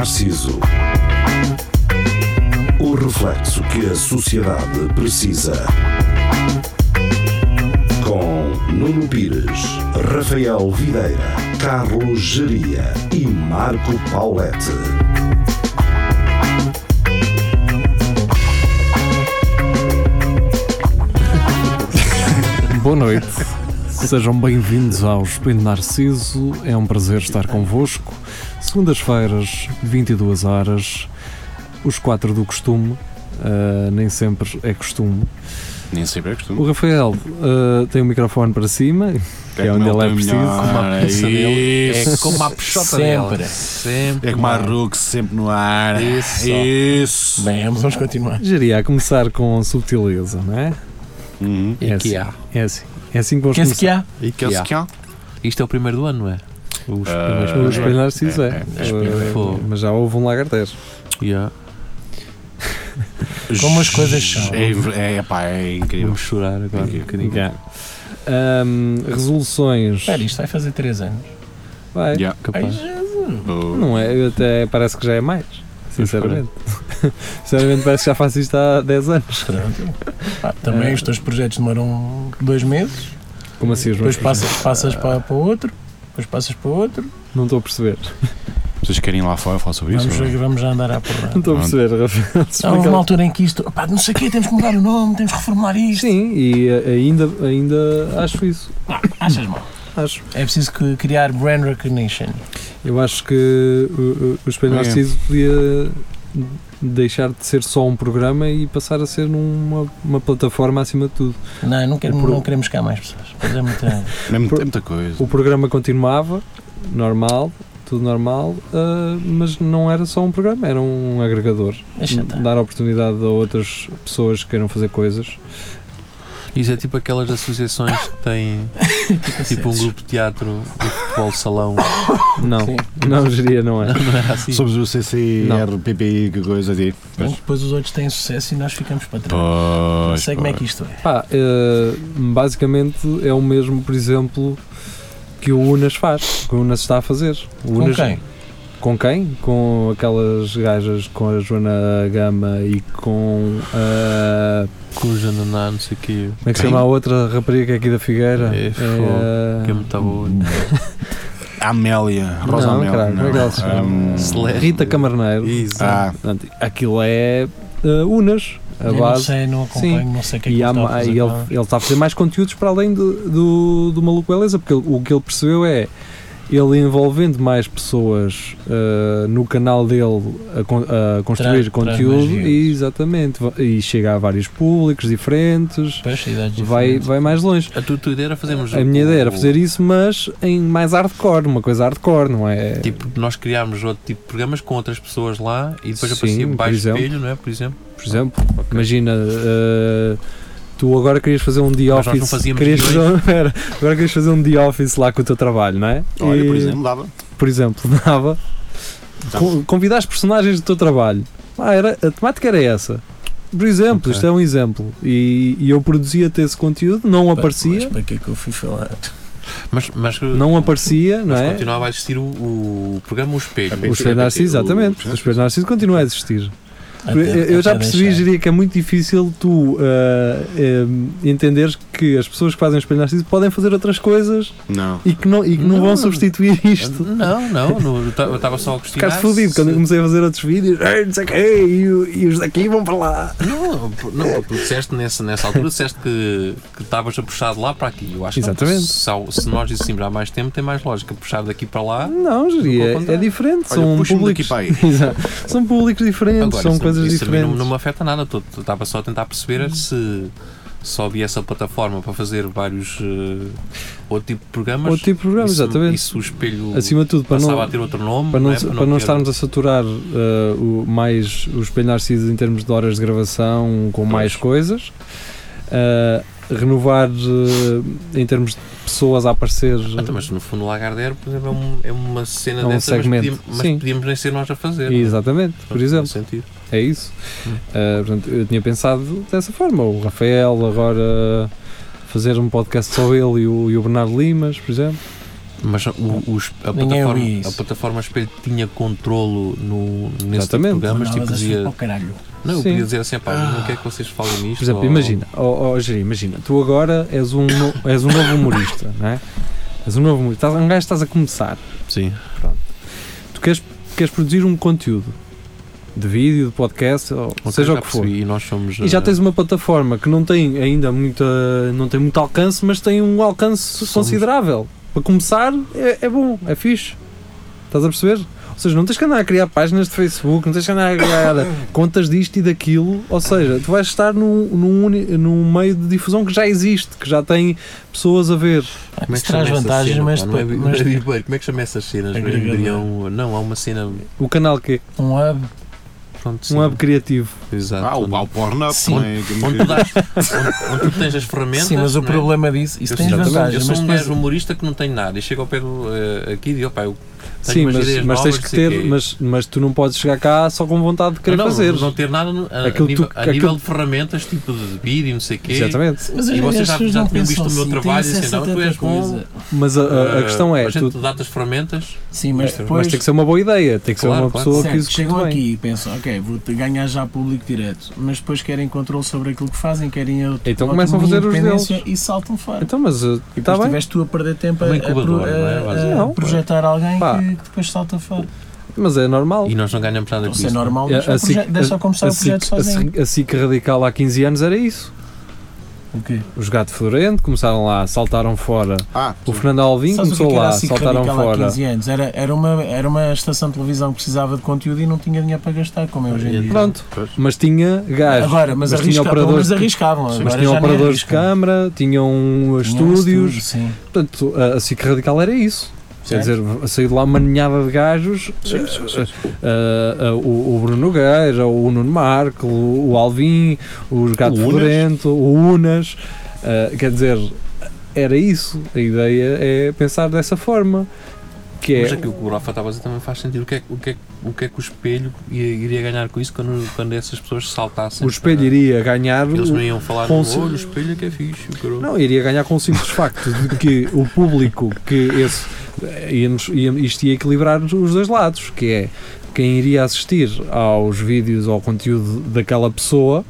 Narciso. O reflexo que a sociedade precisa. Com Nuno Pires, Rafael Videira, Carlos Geria e Marco Paulette. Boa noite, sejam bem-vindos ao Espelho Narciso, é um prazer estar convosco. Segundas-feiras, 22 horas, os 4 do costume, nem sempre é costume. Nem sempre é costume. O Rafael tem o microfone para cima, que é onde ele é preciso. Como a pizza dele. É como a peixota dele. Sempre. É como a Rux, sempre no ar. Isso. Bem, vamos continuar. Geria a começar com subtileza, não é? Uhum. É assim, é assim que vamos Que começar. há? E que é? Isto é o primeiro do ano, não é? O Espelho Narciso mas já houve um lagartejo. Yeah. Como as coisas são. É incrível. Vamos chorar agora um bocadinho. Yeah. Resoluções. Espera, isto vai fazer 3 anos. Vai. Yeah. Capaz. Não é, até parece que já é mais. Sinceramente. Sinceramente parece que já faço isto há 10 anos. Também os teus projetos demoram 2 meses. Como assim os Depois meus passas para o outro. Depois passas para o outro. Não estou a perceber. Vocês querem ir lá fora falar sobre isso? Vamos já andar à porrada. Não estou a perceber, Rafael. Houve uma altura em que isto, não sei o quê, temos que mudar o nome, temos que reformular isto. Sim, e ainda acho isso. Achas mal? Acho. É preciso criar brand recognition. Eu acho que o Espelho Narciso podia deixar de ser só um programa e passar a ser uma plataforma acima de tudo. Não queremos cá mais pessoas. É muita coisa. O programa continuava, normal, tudo normal, mas não era só um programa, era um agregador. Dar oportunidade a outras pessoas que queiram fazer coisas. Isso é tipo aquelas associações que têm tipo um grupo de teatro de futebol salão. Não, Geria, não é. Não é assim. Somos o CCRPPI, que coisa assim. Depois os outros têm sucesso e nós ficamos para trás. Não sei como é que isto é. Basicamente é o mesmo, por exemplo, que o Unas faz, que o Unas está a fazer. Com quem? Com quem? Com aquelas gajas, com a Joana Gama e com a... Com o Jananá, não sei o quê. Como é que se chama a outra rapariga aqui da Figueira? Que é muito boa. Amélia, Rosa Amélia. Como é que ela se chama? Rita Camarneiro. Exato. Aquilo é Unas. A base. Não acompanho, não sei o que é que está a fazer. E ele está a fazer mais conteúdos para além do Maluco Beleza, porque o que ele percebeu é ele envolvendo mais pessoas no canal dele a construir conteúdo e chega a vários públicos diferentes, vai mais longe. A tua ideia era fazermos a minha ideia era fazer isso, mas em mais hardcore, uma coisa hardcore, não é? Tipo, nós criámos outro tipo de programas com outras pessoas lá e depois aparecia baixo espelho, não é? Por exemplo, imagina tu agora querias fazer um The Office. Nós não fazíamos agora querias fazer um The Office lá com o teu trabalho, não é? Olha, por exemplo, dava. Convidar as personagens do teu trabalho. A temática era essa. Por exemplo, isto é um exemplo. E eu produzia-te esse conteúdo, não aparecia. Mas para que é que eu fui falar? Mas não aparecia, não é? Continuava a existir o programa O Espelho. O Espelho Narciso, exatamente. O Espelho Narciso continua a existir. Eu já percebi, Geria, que é muito difícil tu entenderes que as pessoas que fazem o Espelho Narciso podem fazer outras coisas e que não vão substituir isto. Não, eu estava só a questionar. Ficaste fodido quando eu comecei a fazer outros vídeos, não sei o quê, e os daqui vão para lá. Não, porque disseste nessa altura que estavas a puxar de lá para aqui. Eu acho exatamente. Que se nós existimos há mais tempo, tem mais lógica puxar daqui para lá. Não, Geria, é diferente. Olha, são públicos. São públicos diferentes, agora, são coisas diferentes. Não me afeta nada, eu estava só a tentar perceber se só havia essa plataforma para fazer vários outro tipo de programas. Exatamente. Isso o espelho acima de tudo, passava a ter outro nome. Para não estarmos a saturar mais o Espelho Narciso em termos de horas de gravação com mais coisas. Renovar em termos de pessoas a aparecer. Mas no fundo o Lagardère, por exemplo, é uma cena dessa, segmento. mas podíamos nem ser nós a fazer. Exatamente, por exemplo. É isso. Portanto, eu tinha pensado dessa forma. O Rafael agora fazer um podcast só ele e o Bernardo Limas, por exemplo. Mas a plataforma Espelho tinha controlo nesse tipo de programas, tipo dizia... Não, eu podia dizer assim, pá, não quero que vocês falem nisto. Por exemplo, imagina, tu agora és um novo humorista, não é? És um novo humorista, um gajo que estás a começar. Sim. Pronto. Tu queres produzir um conteúdo de vídeo, de podcast, ou seja o que for. E nós somos... E já tens uma plataforma que não tem ainda muito alcance, mas tem um alcance considerável. Para começar, é bom, é fixe. Estás a perceber? Ou seja, não tens que andar a criar páginas de Facebook, não tens que andar a criar contas disto e daquilo. Ou seja, tu vais estar num meio de difusão que já existe, que já tem pessoas a ver. Como é que traz vantagens, mas como é que chama essas cenas? Não, há uma cena... O canal que um hub. Um hub criativo. Exato. O Pornhub. Onde tu tens as ferramentas. Sim, mas o problema disso, isso tem vantagens. Eu sou um gajo humorista que não tenho nada e chego ao pé aqui e digo, pá, eu sim, mas tens que ter, mas tu não podes chegar cá só com vontade de querer fazer. Não ter nada a nível de ferramentas, tipo de vídeo, não sei o quê. Exatamente. E vocês já tinham visto o meu trabalho e assim, não, tu és bom. Mas a questão é... A gente dá-te as ferramentas. Sim, mas tem que ser uma boa ideia, tem que ser uma pessoa que execute chegam bem. aqui e pensam, ok, vou ganhar já público direto, mas depois querem controle sobre aquilo que fazem, querem então começam a fazer os deles e saltam fora. Então, mas e depois estiveste tu a perder tempo a projetar alguém que depois salta fora. Mas é normal. E nós não ganhamos nada com isso. É normal, deixa começar o projeto sozinho. A SIC Radical há 15 anos era isso. O quê? Os Gato Fedorento começaram lá, saltaram fora. O Fernando Alvim começou lá, saltaram fora. Há 15 anos? Era uma estação de televisão que precisava de conteúdo e não tinha dinheiro para gastar, como é hoje em dia. Pronto, mas tinha gajos. Agora, mas arriscavam. Mas tinham operadores de câmara, tinham estúdios. Portanto, a SIC Radical era isso. Quer dizer, saiu de lá uma ninhada de gajos, o Bruno Nogueira, o Nuno Marco, o Alvim, os Gato Fedorento, o Unas, quer dizer, era isso, a ideia é pensar dessa forma. Mas aquilo que o Rafa estava a dizer também faz sentido. O que é que o Espelho iria ganhar com isso quando essas pessoas saltassem? O Espelho iria ganhar... Eles não iam falar olha, o Espelho é que é fixe. Não, iria ganhar com o simples facto de que o público que isto ia equilibrar os dois lados, que é quem iria assistir aos vídeos, ao conteúdo daquela pessoa,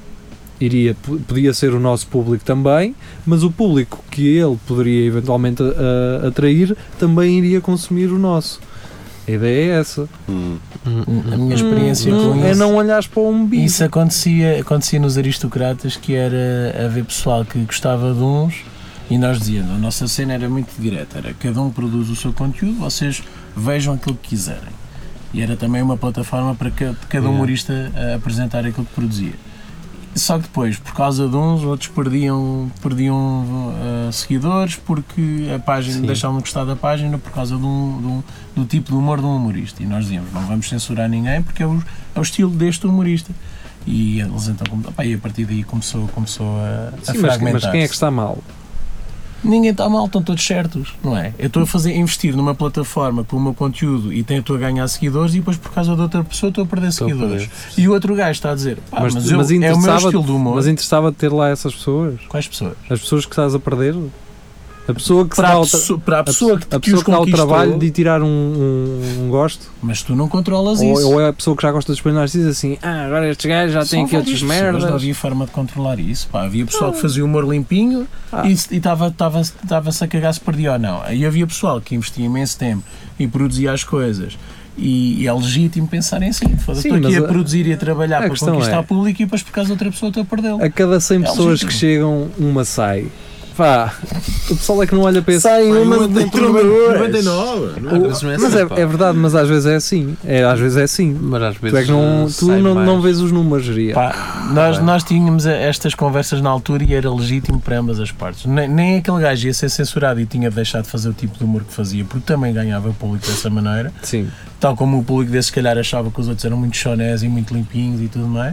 podia ser o nosso público também, mas o público que ele poderia eventualmente atrair também iria consumir o nosso. A ideia é essa. A minha experiência com isso é não olhares para um bicho. Isso acontecia nos aristocratas, que era haver pessoal que gostava de uns e nós dizíamos, a nossa cena era muito direta, era cada um produz o seu conteúdo, vocês vejam aquilo que quiserem. E era também uma plataforma para cada humorista apresentar aquilo que produzia. Só que depois, por causa de uns, outros perdiam seguidores porque a página deixavam de gostar da página por causa do tipo de humor de um humorista. E nós dizíamos, não vamos censurar ninguém porque é o estilo deste humorista. E eles então, e a partir daí começou a fragmentar-se. Mas quem é que está mal? Ninguém está mal, estão todos certos, não é? Eu estou a investir numa plataforma com o meu conteúdo e estou a ganhar seguidores e depois por causa de outra pessoa estou a perder seguidores. E o outro gajo está a dizer, mas é o meu estilo de humor. Mas interessava ter lá essas pessoas? Quais pessoas? As pessoas que estás a perder? A pessoa que para a pessoa que dá o trabalho de tirar um gosto. Mas tu não controlas isso. Ou é a pessoa que já gosta de espelhar e diz assim, agora estes gajos já têm aqui outras merdas. Não havia forma de controlar isso. Havia pessoal que fazia humor limpinho e estava-se a cagar se perdia ou não. E havia pessoal que investia imenso tempo e produzia as coisas. E é legítimo pensarem assim. Estou aqui a produzir e a trabalhar para conquistar público e depois por causa de outra pessoa estou a perdê-lo. A cada 100 pessoas que chegam, uma sai. Pá, o pessoal é que não olha para esse... Sai uma de 99. Mas é verdade, mas às vezes é assim. Às vezes é assim. Mas às vezes tu é que não vês os números. Nós tínhamos estas conversas na altura e era legítimo para ambas as partes. Nem aquele gajo ia ser censurado e tinha deixado de fazer o tipo de humor que fazia, porque também ganhava público dessa maneira. Sim. Tal como o público desse, se calhar, achava que os outros eram muito chonés e muito limpinhos e tudo mais.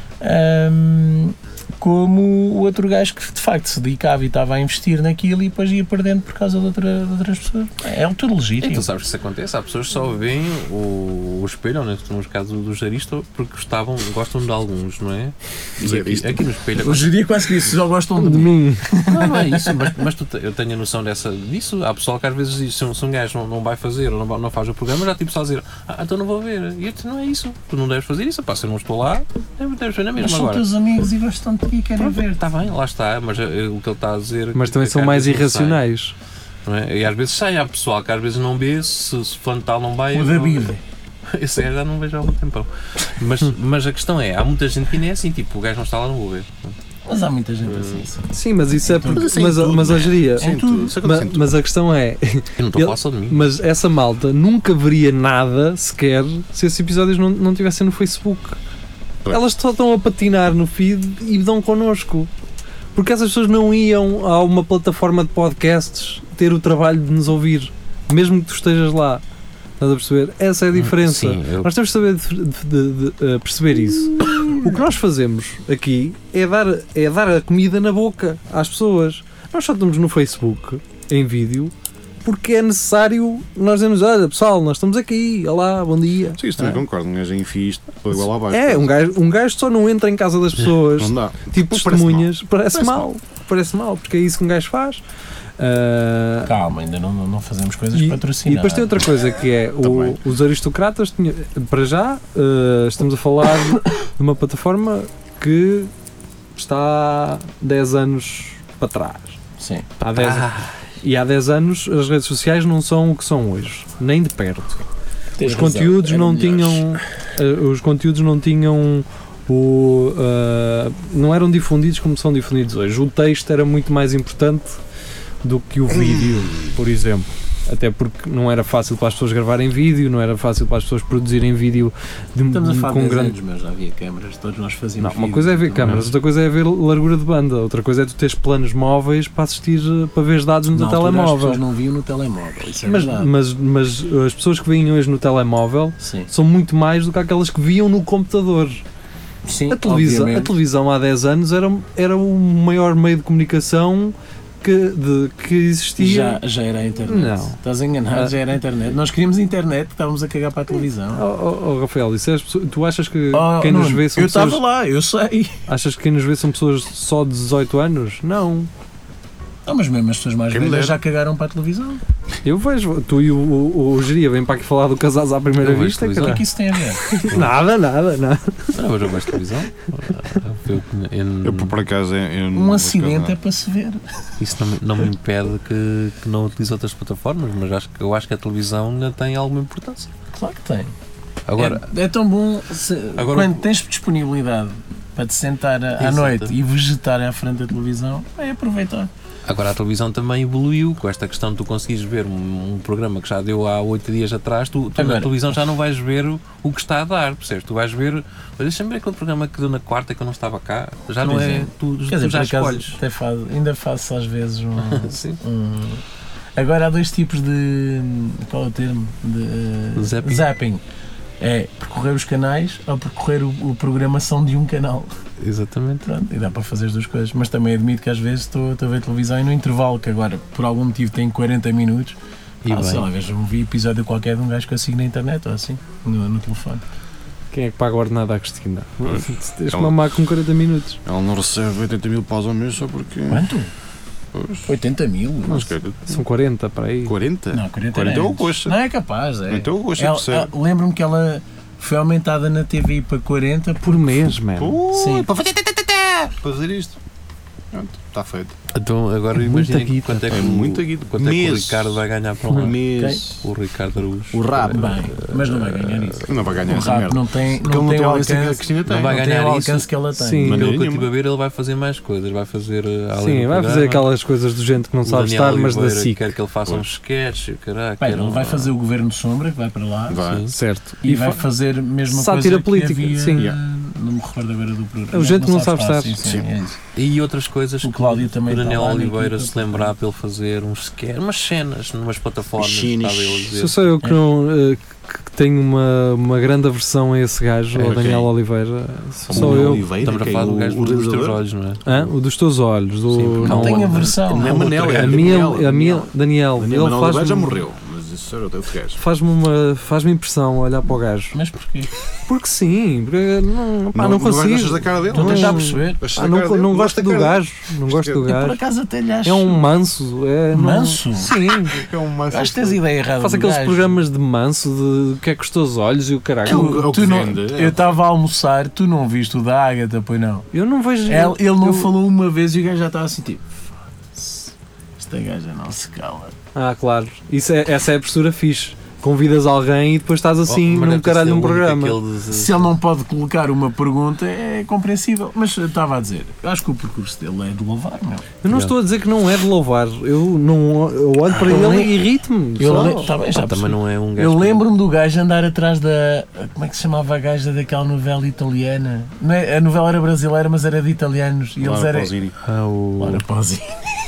Como o outro gajo que de facto se dedicava e estava a investir naquilo e depois ia perdendo por causa de outras pessoas. É tudo legítimo. Então sabes que isso acontece? Há pessoas que só veem o espelho, ou no caso dos aristas, porque gostam de alguns, não é? aqui no espelho. Hoje em dia quase que isso, já gostam de mim. Não é isso, mas eu tenho a noção disso. Há pessoal que às vezes diz, se um gajo não vai fazer ou não faz o programa, já tipo só a dizer, então não vou ver. E eu disse, não é isso, tu não deves fazer isso, se eu não estou lá, deves ver na mesma. Mas são teus amigos e gostam de ti e querem ver. Está bem, lá está, mas o que ele está a dizer... Mas também são mais irracionais. Não é? E às vezes há pessoal que às vezes não vê, se fulano tal não vai... O David. Esse gajo já não vejo há algum tempão. Mas a questão é, há muita gente que nem é assim, tipo, o gajo não está lá, não vou ver. Mas há muita gente assim. Sim, mas isso é porque... Mas a geria... Mas a questão é... Eu não estou a falar só de mim. Mas essa malta nunca veria nada sequer se esses episódios não estivessem no Facebook. Elas só estão a patinar no feed e dão connosco. Porque essas pessoas não iam a uma plataforma de podcasts ter o trabalho de nos ouvir, mesmo que tu estejas lá. Estás a perceber? Essa é a diferença. Sim, Nós temos de saber de perceber isso. O que nós fazemos aqui é dar a comida na boca às pessoas. Nós só estamos no Facebook, em vídeo, porque é necessário nós dizemos, olha pessoal, nós estamos aqui, olá, bom dia. Sim, isso também concordo, um gajo enfia isto igual lá abaixo. É, um gajo só não entra em casa das pessoas, não dá. tipo testemunhas, parece mal, porque é isso que um gajo faz. Calma, ainda não fazemos coisas patrocinadas. E depois tem outra coisa que é os aristocratas. Para já estamos a falar de uma plataforma que está há 10 anos para trás. Sim. E há 10 anos as redes sociais não são o que são hoje, nem de perto. Os conteúdos não tinham não eram difundidos como são difundidos hoje. O texto era muito mais importante do que o vídeo, por exemplo. Até porque não era fácil para as pessoas gravarem vídeo, não era fácil para as pessoas produzirem vídeo Estamos a falar com grandes anos, já havia câmaras, todos nós fazíamos vídeo. Uma coisa é ver câmaras, outra coisa é ver largura de banda, outra coisa é tu teres planos móveis para assistir, para ver os dados no teu telemóvel. As pessoas não viam no telemóvel, isso é mas as pessoas que veem hoje no telemóvel são muito mais do que aquelas que viam no computador. Sim, a televisão há 10 anos era o maior meio de comunicação que existia. Já era a internet. Não. Estás enganado, já era a internet. Nós queríamos internet, estávamos a cagar para a televisão. Rafael, tu achas que quem nos vê são pessoas... Eu estava lá, eu sei. Achas que quem nos vê são pessoas só de 18 anos? Não. Não, mas mesmo as pessoas mais velhas já cagaram para a televisão. Eu vejo, tu e o Geria vêm para aqui falar do Casados à Primeira Vista. O que é que isso tem a ver? Nada. Não, mas eu vejo televisão. Eu por acaso... Um acidente é para se ver. Isso não me impede que não utilize outras plataformas, mas eu acho que a televisão ainda tem alguma importância. Claro que tem. Agora, é tão bom quando tens disponibilidade para te sentar à noite e vegetar à frente da televisão, é aproveitar. Agora a televisão também evoluiu com esta questão de tu conseguires ver um programa que já deu há 8 dias atrás, tu na televisão já não vais ver o que está a dar, percebes? Tu vais ver, deixa-me ver aquele programa que deu na quarta que eu não estava cá, já não é, tu já escolhes. Ainda faço às vezes Agora há dois tipos de, qual é o termo? De zapping. É percorrer os canais ou percorrer a programação de um canal. Exatamente. Pronto, e dá para fazer as duas coisas, mas também admito que às vezes estou a ver televisão e no intervalo, que agora por algum motivo tem 40 minutos, sei lá, vejo um episódio qualquer de um gajo que eu sigo na internet ou assim, no telefone. Quem é que paga a ordenada à Cristina? Tens que mamar com 40 minutos. Ela não recebe 80 mil paus ao mês só porque... Quanto? 80 mil? São 40 para aí. 40? Não, 40 é o coxa. Não é capaz, é. Então o coxa recebe. Lembro-me que ela foi aumentada na TV para 40 por mês, mano. Sim. Para fazer isto. Pronto, está feito. Então agora imagina quanto é que o Ricardo vai ganhar para um mês. O Ricardo Araújo. O rap. Bem, mas não vai ganhar isso. Não vai ganhar essa merda. Não tem o alcance que a Cristina tem. Não vai ganhar o alcance que ela tem. Sim. Pelo que eu estive a ver, ele vai fazer mais coisas. Vai fazer vai fazer aquelas coisas do gente que não sabe estar, mas da SIC. Quer que ele faça uns sketches, caraca. Ele vai fazer o Governo Sombra, que vai para lá. Certo. E vai fazer a mesma sátira coisa política. Que havia, sim. Não me recordo agora do programa. É o gente que não sabe estar. Sim. É isso. E outras coisas o Cláudio também o Daniel Oliveira se lembrar para ele fazer umas cenas numas plataformas. Sou eu que tenho uma grande aversão a esse gajo, ao Daniel Oliveira. Sou eu. Estamos a falar do gajo dos teus olhos, não é? O dos teus olhos. Não tenho aversão. A minha Daniel. Daniel Oliveira já morreu. Isso era outro gajo. Faz-me impressão olhar para o gajo. Mas porquê? Porque sim, porque não Não consigo. gostas da cara dele? Estou a tentar perceber. Não gosto do gajo. Não gosto do Eu por gajo. acaso até lhe acho. É um manso. Manso? Sim. É um manso. Acho que tens ideia errada. Faz do aqueles gajo. programas de manso, de que é custa os olhos e o caralho. Eu estava a almoçar, tu não viste o da Ágata, pois não? Eu não vejo. Ele não falou uma vez e o gajo já estava assim tipo. Esta gaja não se cala. Claro. Essa é a postura fixe. Convidas alguém e depois estás assim num caralho num programa. Se ele não pode colocar uma pergunta, é compreensível. Mas eu estava a dizer, eu acho que o percurso dele é de louvar, meu. Eu não estou a dizer que não é de louvar. Eu olho para ele e irrito-me. Também não é um gajo. Eu lembro-me do gajo andar atrás da. Como é que se chamava a gaja daquela novela italiana? Não é, a novela era brasileira, mas era de italianos. E eles eram. Laura Pausini.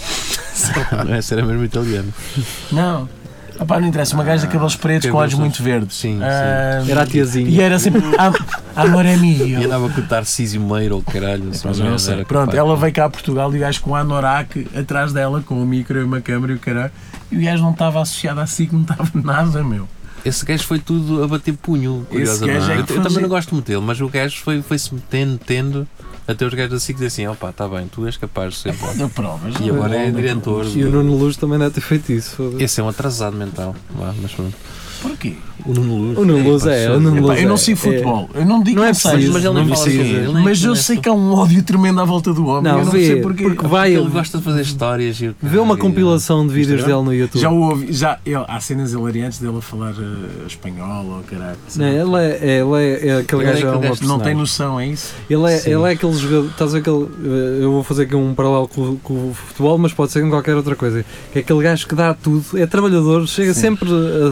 Essa era mesmo italiano. Não. Não interessa, uma gaja de cabelos pretos com olhos muito verdes. Sim. Era a tiazinha. E era sempre amor é mio. E andava com o Tarcísio Meiro ou caralho. Não sei. Pronto, ela veio cá a Portugal e o gajo com a anorak atrás dela, com um micro e uma câmera e o caralho. E o gajo não estava associado a SIC, não estava nada, meu. Esse gajo foi tudo a bater punho. Esse gajo eu também não gosto muito dele, mas o gajo foi-se metendo. Até os gajos assim que dizem assim, está bem, tu és capaz de ser bom. Provas. E agora é diretor. E o Nuno Luz também deve ter feito isso. Esse é um atrasado mental. Mas pronto. Porquê? O Nuno Luz. O Nuno Luz eu não sei futebol. Eu não digo não é que sei. preciso, mas ele não nem fala precisa. Mas eu sei que há um ódio tremendo à volta do homem. Não, eu não vê, sei porquê. porque vai. Ele gosta de fazer histórias. Vê uma compilação de vídeos dele no YouTube. Já o ouvi, há cenas hilariantes dele a falar espanhol ou caralho. Não, ele é aquele gajo. Não tem noção, é isso? Ele é aquele jogador. Estás a ver aquele. Eu vou fazer aqui um paralelo com o futebol, mas pode ser com qualquer outra coisa. Que é aquele gajo que dá tudo, é trabalhador, chega sempre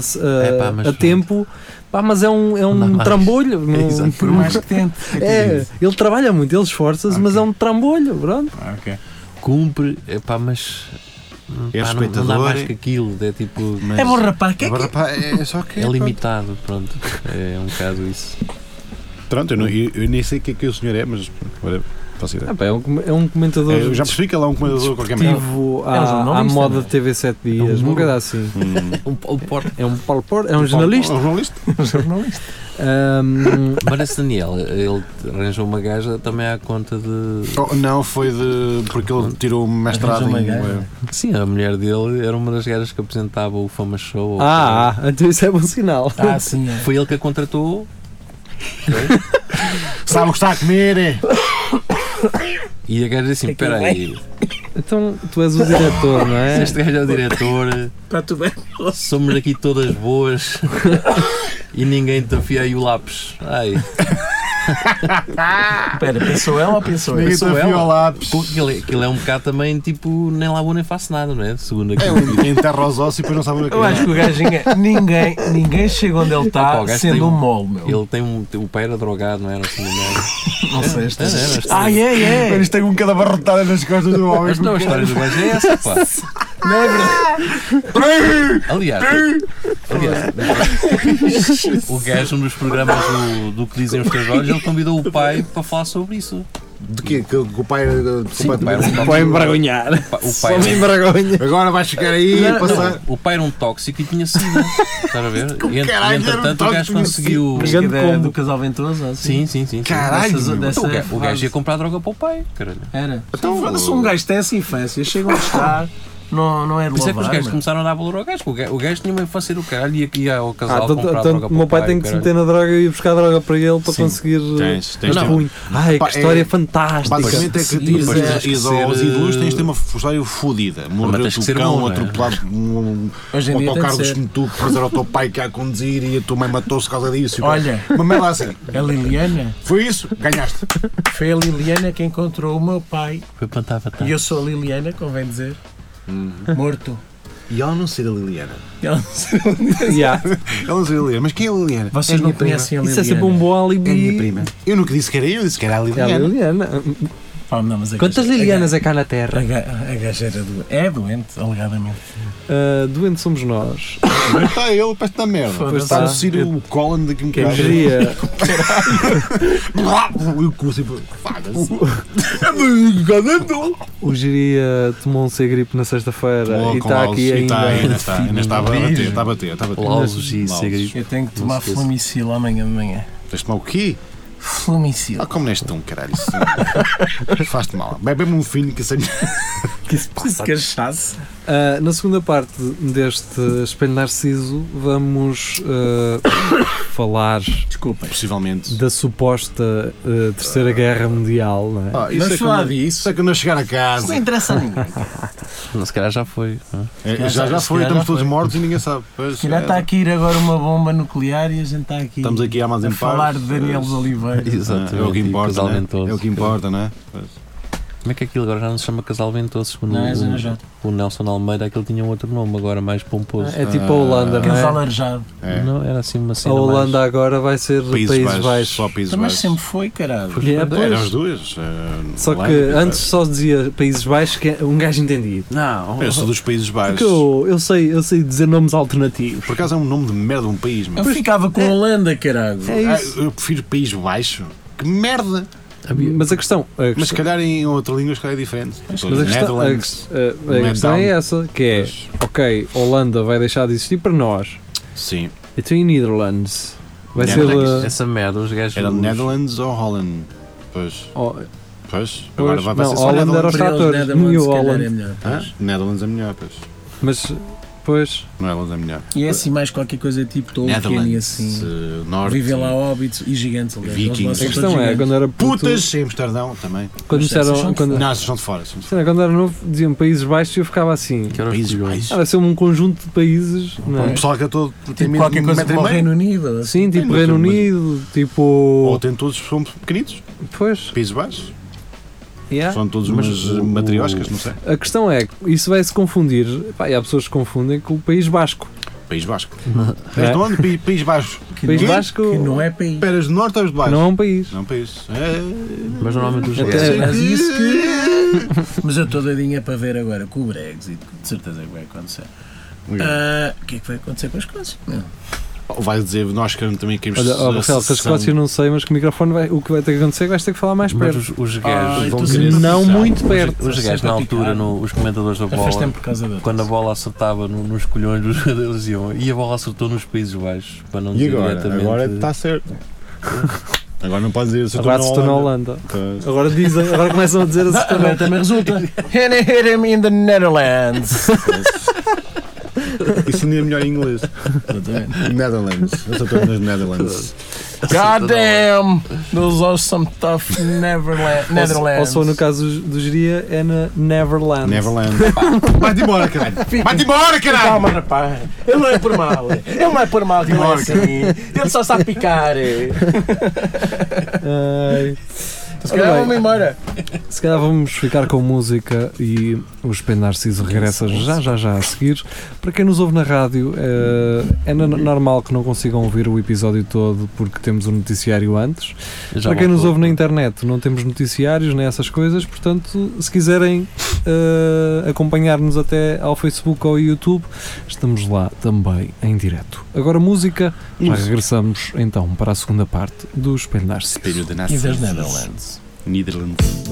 a tempo. Mas é um trambolho. Por mais que tente. Ele trabalha muito, ele esforça-se, mas é um trambolho. Pronto. Cumpre, mas. Não dá mais que aquilo. É tipo. É bom rapaz, é só que. É limitado, pronto. É um bocado isso. Pronto, eu nem sei o que o senhor é, mas. É um comentador. Eu já percebi que ele é um comentador qualquer merda. À moda de TV 7 dias, nunca dá assim. É um jornalista. Mas esse Daniel, ele arranjou uma gaja também à conta de. Não, foi porque ele tirou um mestrado em. Sim, a mulher dele era uma das gajas que apresentava o Fama Show. Então isso é bom sinal. Sim. Foi ele que a contratou. Sabe o que está a comer? E a gaja disse assim: espera aí. Então tu és o diretor, não é? Este gajo é o diretor. Está tudo bem. Somos aqui todas boas e ninguém te afia aí o lápis. Ai. Espera, pensou ela ou pensou ele? Pensou ela. Porque ele é um bocado também tipo, nem lá vou nem faço nada, não é? Segundo aqui. Enterra os ossos e depois não sabe o que é. Eu acho que o gajo ninguém chega onde ele está sendo um mole, meu. Ele tem o pai era drogado, não era assim, não sei. Mas isto tem um bocado abarrotada nas costas do homem. Mas não, a história do gajo é essa, pá. Não é verdade. Aliás, o gajo nos programas do que dizem os teus olhos, ele convidou o pai para falar sobre isso. De quê? Que o pai era Vai envergonhar. O pai me envergonha. Agora vais chegar aí e passar. O pai era um tóxico e tinha sido. Estás a ver? E entretanto o gajo conseguiu. Do casal ventoso? Sim. Caralho! O gajo ia comprar droga para o pai. Caralho. Era. Então, se um gajo tem essa infância, chega onde está. Não é de Por isso é que os louvar, gajos começaram a dar valor ao gajo. O gajo tinha uma infância do caralho e ia ao casal comprar droga para o pai. O meu pai tem que se meter na droga e ir buscar droga para ele para conseguir. Ai, que história fantástica. Basicamente é que tires aos ídolos, tens de ter uma história fodida. Morreu o cão, atropelado um autocarros como tu, que fazer ao teu pai que ia a conduzir e a tua mãe matou-se por causa disso. Olha, uma merda assim. A Liliana. Foi isso, ganhaste. Foi a Liliana que encontrou o meu pai. Foi plantar batata. E eu sou a Liliana, convém dizer. Morto. E ela não ser a Liliana. Ela não ser a Liliana. Mas quem é a Liliana? Vocês não conhecem a Liliana? Isso é sempre um bom alibi. É a minha prima. Eu nunca disse que era eu, disse que era a Liliana. É a Liliana. Não, mas quantas Lilianas é cá na Terra? A gaja era doente. É doente, alegadamente. Doente somos nós. Mas está ele, parece que está merda. Pois Está a está. assistir o Colin daqui um bocado. Geria, o Geria tomou um C-gripe na sexta-feira e está aqui ainda. Ainda está a bater. Lausos e segredos. Eu tenho que tomar Flumicil amanhã de manhã. Tens de tomar o quê? Flumicil. Como neste tão, caralho. Faz-te mal. Bebe-me um fino que sei. Se cachaça. Na segunda parte deste Espelho Narciso vamos falar Possivelmente da suposta Terceira Guerra Mundial, não é? Vamos falar disso. Isso é que não chegar a casa. Isso não interessa a ninguém. Se calhar já foi. Já foi, estamos todos mortos e ninguém sabe. Se calhar está aqui a ir agora uma bomba nuclear e a gente está aqui. Estamos aqui a falar de Daniel Oliveira. Exato. É o que importa, Casal né? Ventoso. É o que importa, não é? Como é que aquilo agora já não se chama Casal Ventoso? Segundo Não, é Zona J. o Nelson Almeida, aquele tinha outro nome agora, mais pomposo. É tipo a Holanda, não Casal é? arejado. Não, era assim uma A cena Holanda agora vai ser Países Baixos. Só Países Mas Baixos. sempre foi, caralho. Eram as duas. Só que antes só dizia Países Baixos que um gajo entendia. Não, Eu sou dos Países Baixos. porque eu sei dizer nomes alternativos. Por acaso é um nome de merda, um país. Eu ficava com a Holanda, caralho. É isso. Eu prefiro País Baixo. Que merda! Mas a questão Mas se calhar em outra língua se calhar é diferente. Mas a questão é essa, que é, ok, Holanda vai deixar de existir para nós. Sim. Então em Netherlands vai Netherlands. ser... Essa merda, os gajos. Era Netherlands ou Holland? Pois. Agora vai não, ser só Holanda era os Netherlands. tratores. New se calhar Holland. é melhor. Netherlands é melhor, pois. Mas, pois... Netherlands é melhor. E é assim mais qualquer coisa tipo Tolkien e Netherlands, assim. Norte. Vivem lá hobbits e gigantes, aliás. Vikings. Eles lá A são questão todos é, gigantes. quando era puto... Putas em Amsterdão também. Quando Mas essas são disseram... de Quando, Não, são de fora. São de fora. quando era novo, diziam Países Baixos e eu ficava assim... Que eram os Países colhões. Baixos. Vai ser um conjunto de países, não O é? pessoal que é todo. Tipo qualquer coisa como o Reino Unido. assim. Sim, tipo mas- Reino mas- Unido, tipo... Ou tem todos, são pequenitos. Pois, Países Baixos. yeah. São todos Mas umas matrioscas, não sei. A questão é, isso vai se confundir, pá, e há pessoas que confundem com o País Basco. País Basco. É. És de onde? País Baixo. País Quê? Basco Que não é país. Esperas de norte ou de baixo? não é um país. Não é um país. Mas normalmente os Até- gajos. Mas isso que. Mas eu estou doidinha para ver agora com o Brexit, de certeza que vai acontecer. O que é que vai acontecer com a Escócia? Ou vais dizer, nós também queremos. Olha, Rafael, se a Escócia não sei, mas com o microfone o que vai ter que acontecer é que vais ter que falar mais Mas perto. os gajos. vão tu querer sempre- Não muito perto. Os gajos na altura, os comentadores da Já faz bola, tempo por causa da. quando a bola acertava nos colhões dos jogadores iam, e a bola acertou nos Países Baixos, para não dizer diretamente. Agora está certo. Agora não pode dizer Agora se estou na Holanda. Agora dizem, agora começam a dizer a Agora também resulta. And it hit him in the Netherlands. Isso ainda é melhor em inglês. Netherlands. Eu só estou nos Netherlands. God damn! Those are some tough Netherlands. Ou só no caso do Geria é na Neverland. Neverland. Vai-te embora, caralho. Vai-te embora, caralho. Calma, rapaz. Ele não é por mal. Ele não é por mal que ele é assim. Ele só sabe picar. Ai. Se calhar vamos embora. Se calhar vamos ficar com música e o Espelho Narciso regressa já a seguir. Para quem nos ouve na rádio, é normal que não consigam ouvir o episódio todo porque temos o noticiário antes. Para quem nos ouve na internet, não temos noticiários nem essas coisas, portanto, se quiserem acompanhar-nos até ao Facebook ou ao YouTube, estamos lá também em direto. Agora música, já regressamos então para a segunda parte do Espelho Narciso. Espelho de E Narciso. das Netherlands. Netherlands.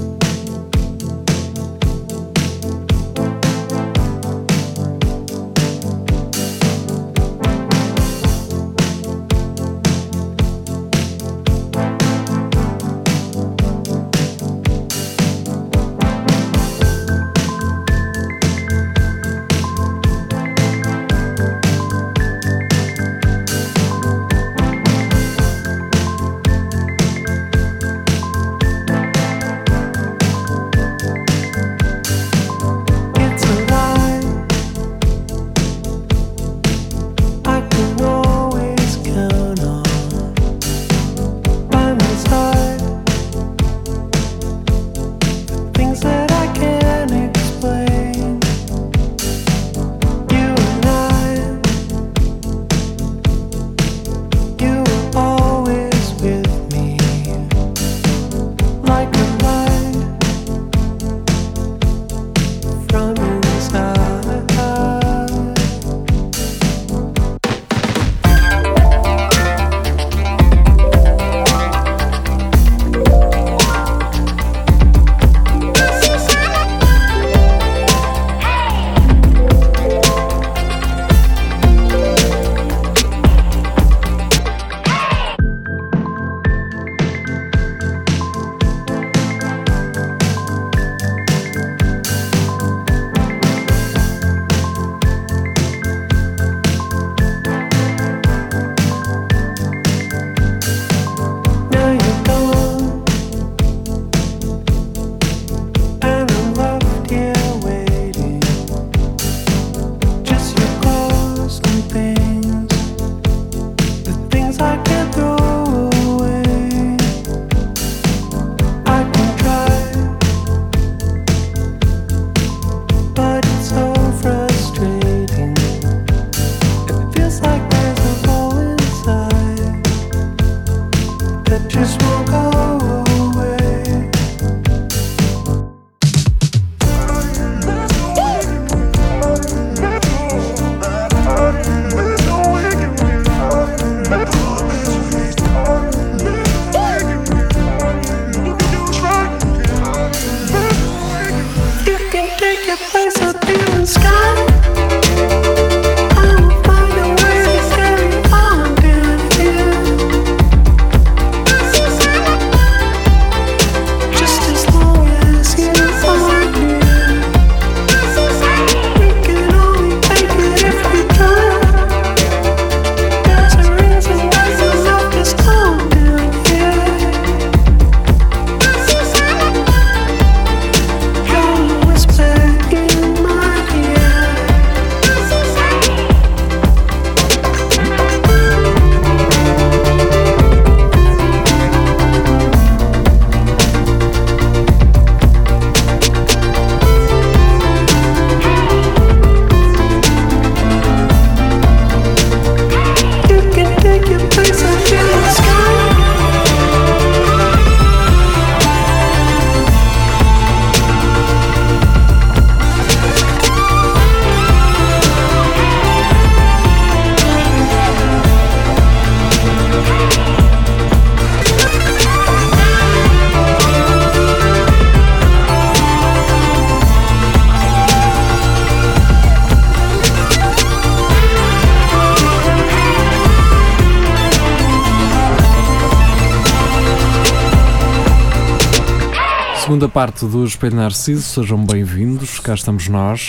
segunda parte do Espelho Narciso, sejam bem-vindos, cá estamos nós.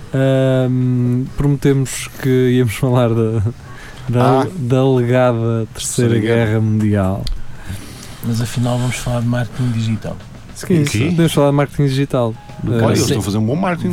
Prometemos que íamos falar da alegada Terceira Guerra Mundial. Mas afinal vamos falar de marketing digital. Sim, podemos falar de marketing digital. Olha, eles estão a fazer um bom marketing.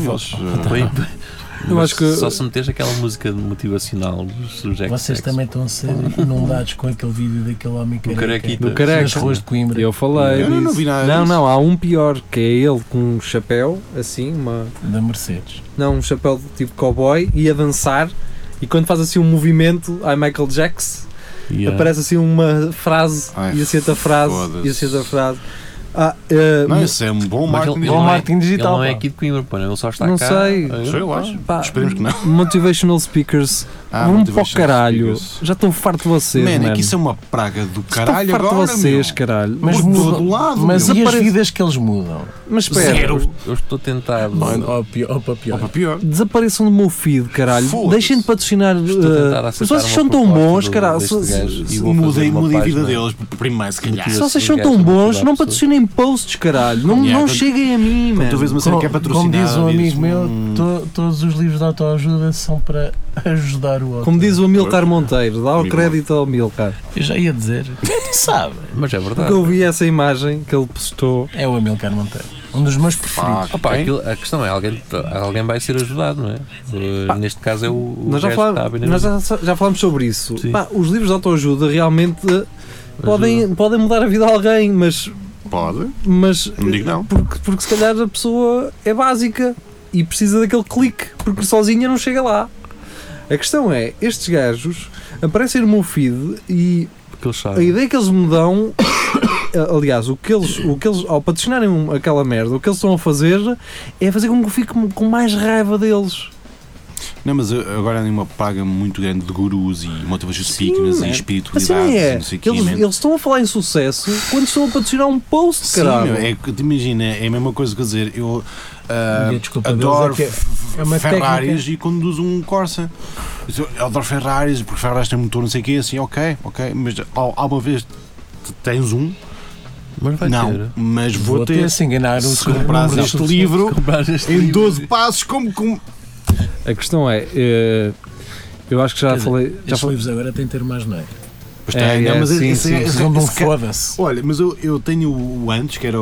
Eu acho que só se meteres aquela música motivacional dos Jack Vocês também estão a ser inundados com aquele vídeo daquele homem do careca nas ruas de Coimbra. Eu falei eu não vi nada não, há um pior, que é ele com um chapéu assim, da Mercedes. Não, um chapéu tipo cowboy e a dançar, e quando faz assim um movimento, Michael Jackson, aparece assim uma frase e aceita a frase. Não, isso é um bom marketing digital. Ele não é aqui de Coimbra, ele só está não cá. Sei. Sei lá. Esperemos que não. Motivational speakers. Vamos para o caralho. Já estou farto de vocês. Man, é que isso é uma praga do caralho agora. Estou farto de vocês, caralho. Mas por todo lado. Mas e as vidas que eles mudam? Mas espera. Eu estou tentado. Para pior. Desapareçam do meu feed, caralho. Deixem de patrocinar. Mas vocês são tão bons, caralho. Mudem a vida deles primeiro, se calhar. Se vocês são tão bons, não patrocinem posts, caralho. Não cheguem a mim, mano. Tu vês uma cena que é patrocinada. Como diz um amigo meu, todos os livros de autoajuda são para ajudar o outro. Como diz o Amilcar Monteiro, dá o crédito ao Amilcar. Eu já ia dizer, tu sabe. Mas é verdade. Porque eu vi essa imagem que ele postou. É o Amilcar Monteiro, um dos meus preferidos. A questão é, alguém vai ser ajudado, não é? Neste caso é o nós já falámos sobre isso. Os livros de autoajuda realmente podem mudar a vida de alguém, mas não digo não. Porque se calhar a pessoa é básica e precisa daquele clique, porque sozinha não chega lá. A questão é, estes gajos aparecem no meu feed e a ideia que eles me dão, aliás, o que eles ao patrocinarem aquela merda, o que eles estão a fazer é fazer com que eu fique com mais raiva deles. Não, mas agora há uma praga muito grande de gurus e motivational speakers e espiritualidade. Assim não sei quê, eles estão a falar em sucesso quando estão a patrocinar um post, caralho. Sim, imagina, é a mesma coisa, quer dizer, eu adoro Ferraris e conduzo um Corsa. Eu adoro Ferraris, porque Ferraris tem motor não sei o quê, assim, ok, mas alguma vez tens um? Mas vai não, ter. mas vou ter. Se enganar se comprares este livro em 12 passos, como... A questão é, eu acho que já falei. Estes livros agora têm termo mais neiro. Mas foda-se. Olha, mas eu tenho o antes, que era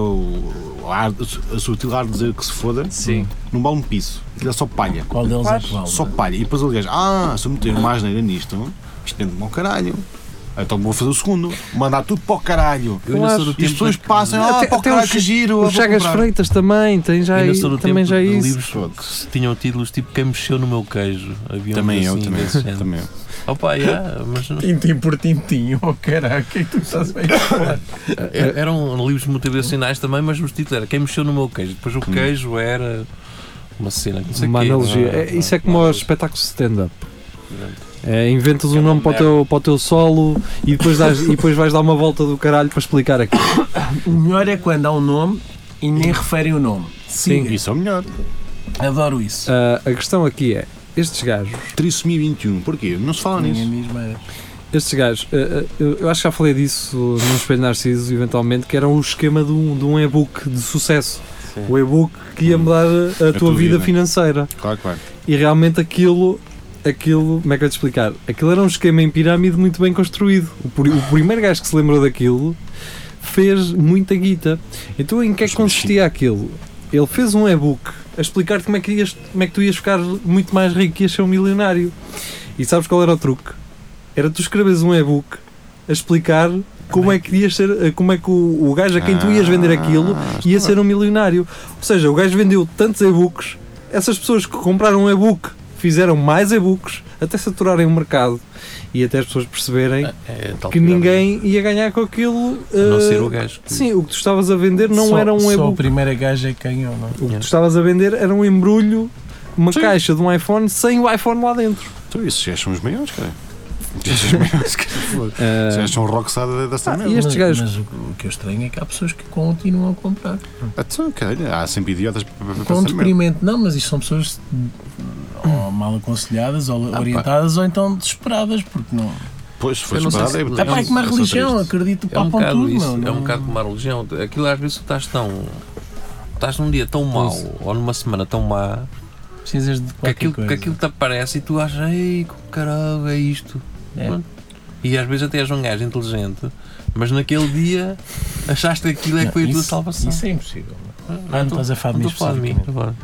a sutil arte de dizer que se foda. Sim. Não vale um piso. Aquilo é só palha. Qual deles é qual? Só palha. E depois ele diz: se eu meter mais neira nisto, isto dentro-me ao caralho. Então vou fazer o segundo, mandar tudo para o caralho. E as pessoas passam, para o caralho, que giro. Os Chagas Freitas também, tem já isso. Livros que tinham títulos tipo Quem Mexeu no Meu Queijo. Também eu. Opa, mas não... Tintim por tintim, caralho, o que é que tu estás bem a falar? Eram livros motivacionais também, mas o título era Quem Mexeu no Meu Queijo. Depois o queijo era uma cena, não sei o quê. Uma analogia. Isso é como os espetáculos de stand-up. Inventas um nome para o teu solo e depois vais dar uma volta do caralho para explicar aqui. O melhor é quando há um nome e nem referem o nome. Sim, isso é o melhor. Adoro isso. A questão aqui é, estes gajos... Trissomia 21, porquê? Não se fala nisso. Estes gajos, eu acho que já falei disso no Espelho Narciso, eventualmente, que era um esquema de um e-book de sucesso. Sim. O e-book que ia mudar a tua vida financeira. Claro. E realmente aquilo, como é que eu te explicar? Aquilo era um esquema em pirâmide muito bem construído. O primeiro gajo que se lembrou daquilo fez muita guita. Então em que é que consistia aquilo? Ele fez um e-book a explicar-te como é que tu ias ficar muito mais rico e ias ser um milionário. E sabes qual era o truque? Era tu escreves um e-book a explicar como é que ias ser, como é que o gajo a quem tu ias vender aquilo ia ser um milionário. Ou seja, o gajo vendeu tantos e-books, essas pessoas que compraram um e-book fizeram mais e-books até saturarem o mercado e até as pessoas perceberem que ninguém ia ganhar com aquilo. Não ser o gajo. Sim, o que tu estavas a vender não era um e-book. Só o primeiro gajo é quem ou não. O que tu estavas a vender era um embrulho, uma caixa de um iPhone sem o iPhone lá dentro. Então esses já são os maiores, cara. Já são rockstar desta merda. Mas o que eu estranho é que há pessoas que continuam a comprar. Há sempre idiotas com deprimente. Não, mas isto são pessoas ou mal aconselhadas, ou orientadas, ou então desesperadas, porque não... Pois, se for desesperada... É como a religião, acredito, é um bocado isso, é um bocado como a religião. Aquilo às vezes tu estás tão estás num dia tão mau ou numa semana tão má precisas de que aquilo te aparece e tu achas, ei, caralho, é isto. E às vezes até és um gajo inteligente, mas naquele dia achaste que aquilo é que foi a tua salvação. Isso é impossível. Não estás a falar de mim.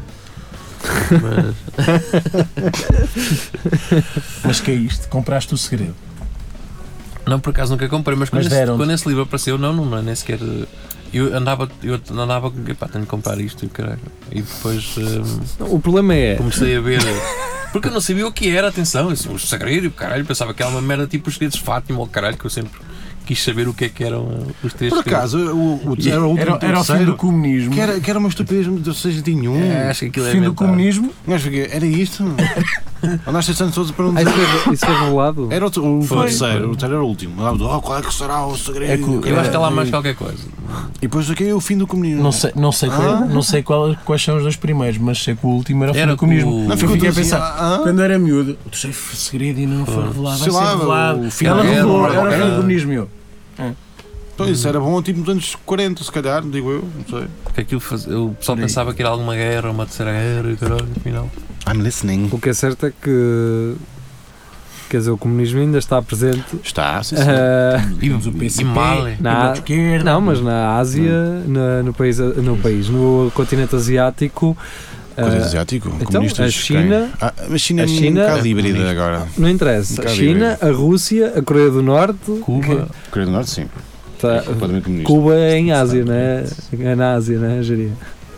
Mas que é isto? Compraste o segredo? Não, por acaso nunca comprei, mas quando esse livro apareceu, não é nem sequer. Eu andava com pá, tenho que comprar isto e depois o problema é comecei a ver, porque eu não sabia o que era, atenção, o segredo, o caralho, pensava que era uma merda tipo os segredos de Fátima ou caralho, que eu sempre quis saber o que eram os três. Por acaso, era o fim do comunismo. Que era uma estupidez de 61. Acho que aquilo fim do comunismo. Era isto? Andaste tantos todos para um dizer. Isso foi revelado? Era o terceiro era o último. Qual é que será o segredo? Eu acho que há lá mais qualquer coisa. E depois aqui é o fim do comunismo. Não sei quais são os dois primeiros, mas sei que o último era o fim do comunismo. Não fiquei a pensar, quando era miúdo, o terceiro segredo ainda não foi revelado. Vai ser revelado. O final era o fim do comunismo. Então isso era bom tipo nos anos 40, se calhar, digo eu, não sei. Porque aquilo o pessoal pensava que era alguma guerra, uma terceira guerra e caralho, no final. I'm listening. O que é certo é que, quer dizer, o comunismo ainda está presente. Está, sim. E o PCP, não, mas na Ásia, no continente asiático. Então, a China. A China é um bocado híbrida agora. Não interessa. A China, a Rússia, a Coreia do Norte. Cuba. A Coreia do Norte, sim. Cuba é em Ásia, né? É na Ásia, né? Geria.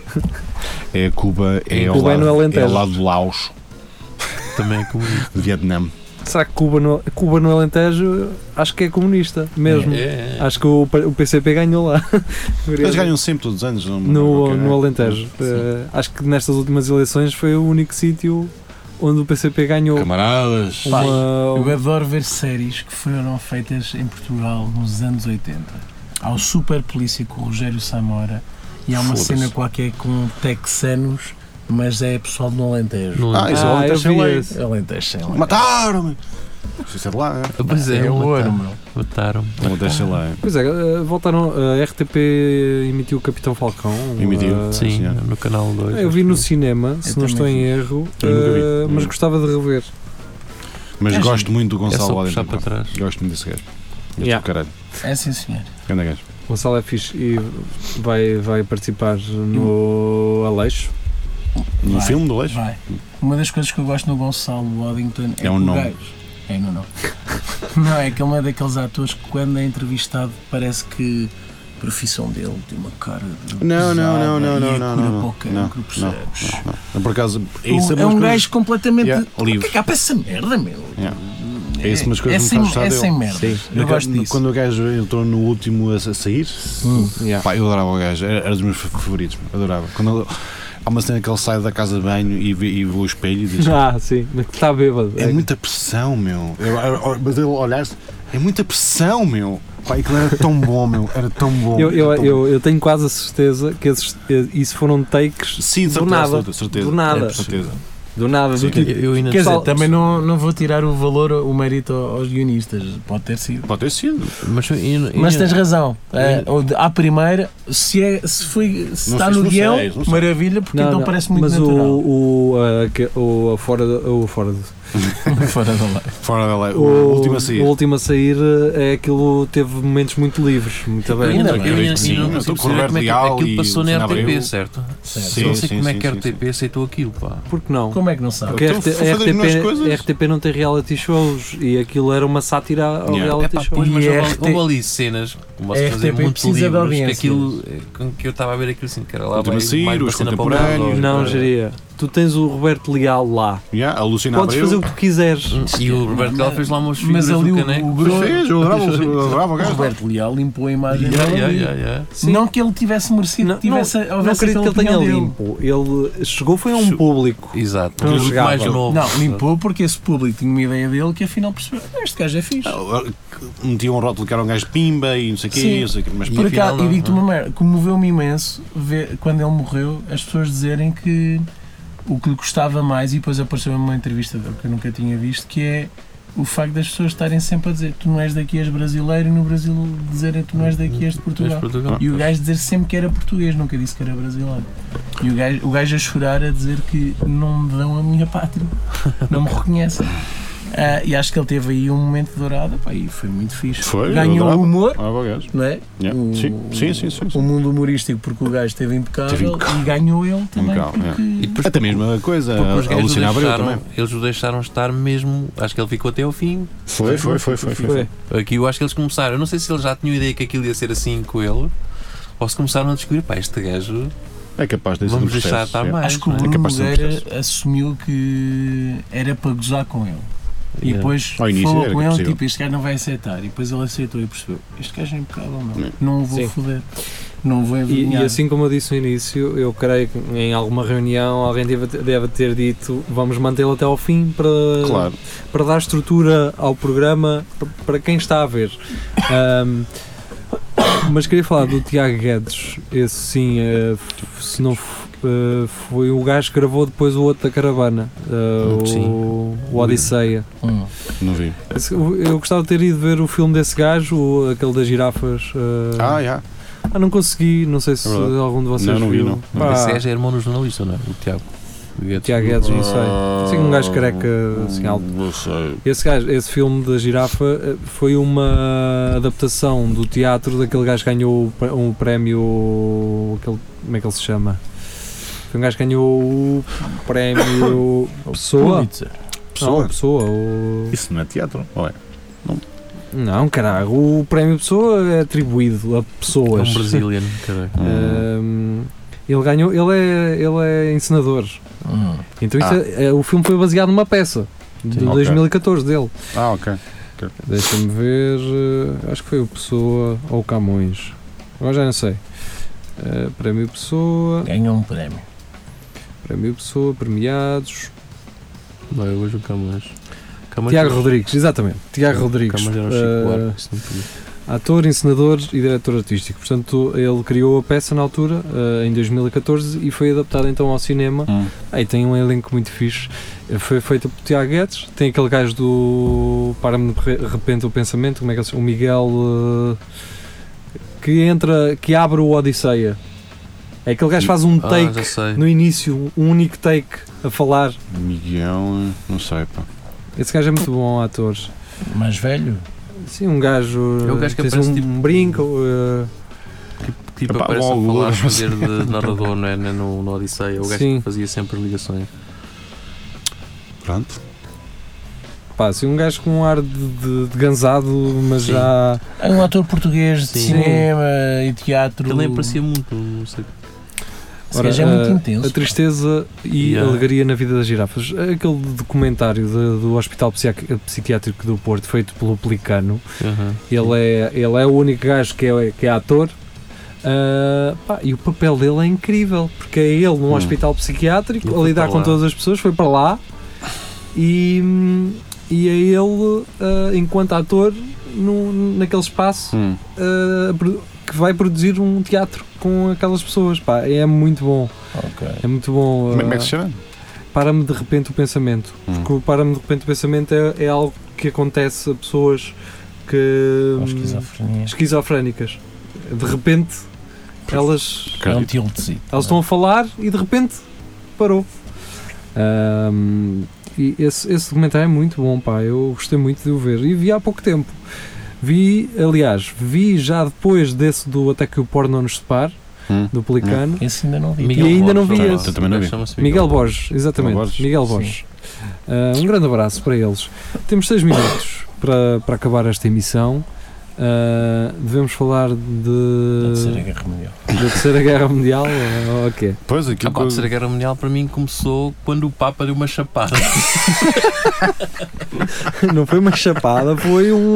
Cuba é ao lado do Laos. Também é comunista. Do Vietnã. Será que Cuba no Alentejo acho que é comunista mesmo? Acho que o PCP ganhou lá. Eles ganham sempre todos os anos no Alentejo. Acho que nestas últimas eleições foi o único sítio onde o PCP ganhou. Camaradas. Eu adoro ver séries que foram feitas em Portugal nos anos 80. Há o Super Polícia com o Rogério Samora e há uma cena qualquer com texanos, mas é pessoal do Alentejo. Isso é Alentejo sem lei. Mataram-me! Isso é de lá, é? Pois é, o ouro, meu. Mataram. Não deixa lá. Pois é, voltaram. A RTP emitiu o Capitão Falcão. Emitiu, sim, no canal 2. Eu vi no cinema, se não estou em erro, mas gostava de rever. Mas gosto muito do Gonçalo Waddington. Para trás. Gosto muito desse gajo. Caralho. É sim, senhor. Grande gajo. O Gonçalo é fixe e vai participar no Aleixo. No filme do Aleixo? Vai. Uma das coisas que eu gosto no Gonçalo Waddington é um nome. Não, é que ele é daqueles atores que quando é entrevistado parece que a profissão dele tem uma cara de não. Por acaso, é um gajo completamente livre. O que é para essa merda, meu? É isso, mas coisas é sem merda. Eu gosto disso. Quando o gajo entrou no último a sair, pá, eu adorava o gajo, era dos meus favoritos, adorava. Quando há uma cena que ele sai da casa de banho e vê o espelho e diz: sim, mas está bêbado. É muita pressão, meu. Mas ele olhar-se, é muita pressão, meu. Pá, aquilo era tão bom, meu. Era tão bom. Eu tenho quase a certeza que isso foram takes do nada. Certeza. Do nada. Certeza. Do nada. Quer dizer, também não vou tirar o valor, o mérito aos guionistas. Pode ter sido. Mas tens razão. À primeira, se está no guião, maravilha, porque então parece muito natural. O fora da lei. O último a sair é aquilo, teve momentos muito livres, muito bem. Eu não sei como é que aquilo passou na RTP, certo? Não sei como é que a RTP aceitou aquilo, pá. Porque não? Como é que não sabe? Porque a RTP não tem reality shows e aquilo era uma sátira ao reality show. Mas houve ali cenas, como vocês fazem muito livros, que aquilo, que eu estava a ver aquilo assim, que era lá mais os contemporâneos. Não, Geria. Tu tens o Roberto Leal lá. A Luciana Podes fazer o que tu quiseres. E o Roberto Leal fez lá umas figuras do Caneco. Eu adorava o gajo. O Roberto Leal limpou a imagem dele. Não que ele tivesse merecido, não acredito que ele tenha limpo. Ele chegou, foi a um público. Exato. Mais novo. Não, limpou porque esse público tinha uma ideia dele que afinal percebeu, este gajo é fixe. Metia um rótulo que era um gajo pimba e não sei o quê. Mas por acaso, e digo-te uma merda, comoveu-me imenso ver, quando ele morreu, as pessoas dizerem que o que lhe gostava mais, e depois apareceu uma entrevista dele que eu nunca tinha visto, que é o facto das pessoas estarem sempre a dizer tu não és daqui, és brasileiro, e no Brasil dizerem tu não és daqui, és de Portugal. E o gajo dizer sempre que era português, nunca disse que era brasileiro. E o gajo a chorar, a dizer que não me dão a minha pátria, não me reconhecem. E acho que ele teve aí um momento dourado, pá, e foi muito fixe. Ganhou o humor, não é? Yeah. Sim. O mundo humorístico, porque o gajo esteve impecável e ganhou ele também. E depois, até mesmo a coisa, a Luciana Abreu também. Eles o deixaram estar mesmo, acho que ele ficou até ao fim. Foi. Aqui eu acho que eles começaram, eu não sei se eles já tinham ideia que aquilo ia ser assim com ele, ou se começaram a descobrir, pá, este gajo é capaz de vamos deixar estar mais. Acho que o Bruno Nogueira assumiu que era para gozar com ele. E depois falou com ele, tipo, este gajo não vai aceitar. E depois ele aceitou e percebeu, este gajo é impecável, não o vou foder, não o vou envergonhar. E assim como eu disse no início, eu creio que em alguma reunião alguém deve ter dito vamos mantê-lo até ao fim para dar estrutura ao programa para quem está a ver. Mas queria falar do Tiago Guedes, esse sim, se não foi o gajo que gravou depois o outro da caravana, o Odisseia. Não vi. Eu gostava de ter ido ver o filme desse gajo, aquele das girafas. Não consegui, não sei se algum de vocês viu. Esse gajo é irmão do jornalista, não é? O Tiago Guedes, não sei. Assim, um gajo careca assim alto. Esse filme da girafa foi uma adaptação do teatro daquele gajo que ganhou um prémio. Como é que ele se chama? Foi um gajo que ganhou o prémio Pessoa. Pessoa. Isso não é teatro? Ou é? Não, caralho. O prémio Pessoa é atribuído a pessoas. É um Brazilian, caralho. Ele ganhou, ele é encenador. Então o filme foi baseado numa peça de 2014 dele. Ok. Deixa-me ver, acho que foi o Pessoa ou o Camões. Agora já não sei. Prémio Pessoa. Ganhou um prémio. Prémio Pessoa, premiados. Não, eu vejo o Camões. Tiago Rodrigues, exatamente. Tiago Rodrigues. Ator, encenador e diretor artístico. Portanto, ele criou a peça na altura, em 2014, e foi adaptada então ao cinema. Aí tem um elenco muito fixe. Foi feito por Tiago Guedes. Tem aquele gajo do Para-me de repente o pensamento, como é que é? O Miguel, que abre o Odisseia. É aquele gajo que faz um take no início, um único take a falar. Miguel, não sei, pá. Esse gajo é muito bom ator. Mais velho? Sim, um gajo que tem um brinco. Tipo aparece a falar, fazer de narrador, não é? No Odisseia. O gajo que fazia sempre ligações. Pronto. Pá, assim, um gajo com um ar de ganzado, mas já... É um ator português de cinema e teatro. Ele nem parecia muito, não sei. Ora, é muito intenso. A tristeza e a alegria na vida das girafas. Aquele documentário do Hospital Psiquiátrico do Porto, feito pelo Pelicano, ele é o único gajo que é ator. E o papel dele é incrível, porque é ele num hospital psiquiátrico a lidar com todas as pessoas, foi para lá e é ele, enquanto ator, naquele espaço, que vai produzir um teatro com aquelas pessoas. Pá, é muito bom. É muito bom. Como é que se chama? Para-me de repente o pensamento. Porque o Para-me de repente o pensamento é algo que acontece a pessoas que esquizofrénicas. De repente elas estão a falar e de repente parou. E esse documentário é muito bom, pá. Eu gostei muito de o ver e vi há pouco tempo. Vi já depois desse do Até que o Porno nos separe, do Pelicano. Esse ainda não vi. E ainda não vi esse. Eu também não vi. Miguel Borges, exatamente. Miguel Borges. Um grande abraço para eles. Temos 6 minutos para acabar esta emissão. Devemos falar da Terceira Guerra Mundial. Da Terceira Guerra Mundial? Ou o quê? Pois, a Terceira Guerra Mundial para mim começou quando o Papa deu uma chapada. Não foi uma chapada, foi um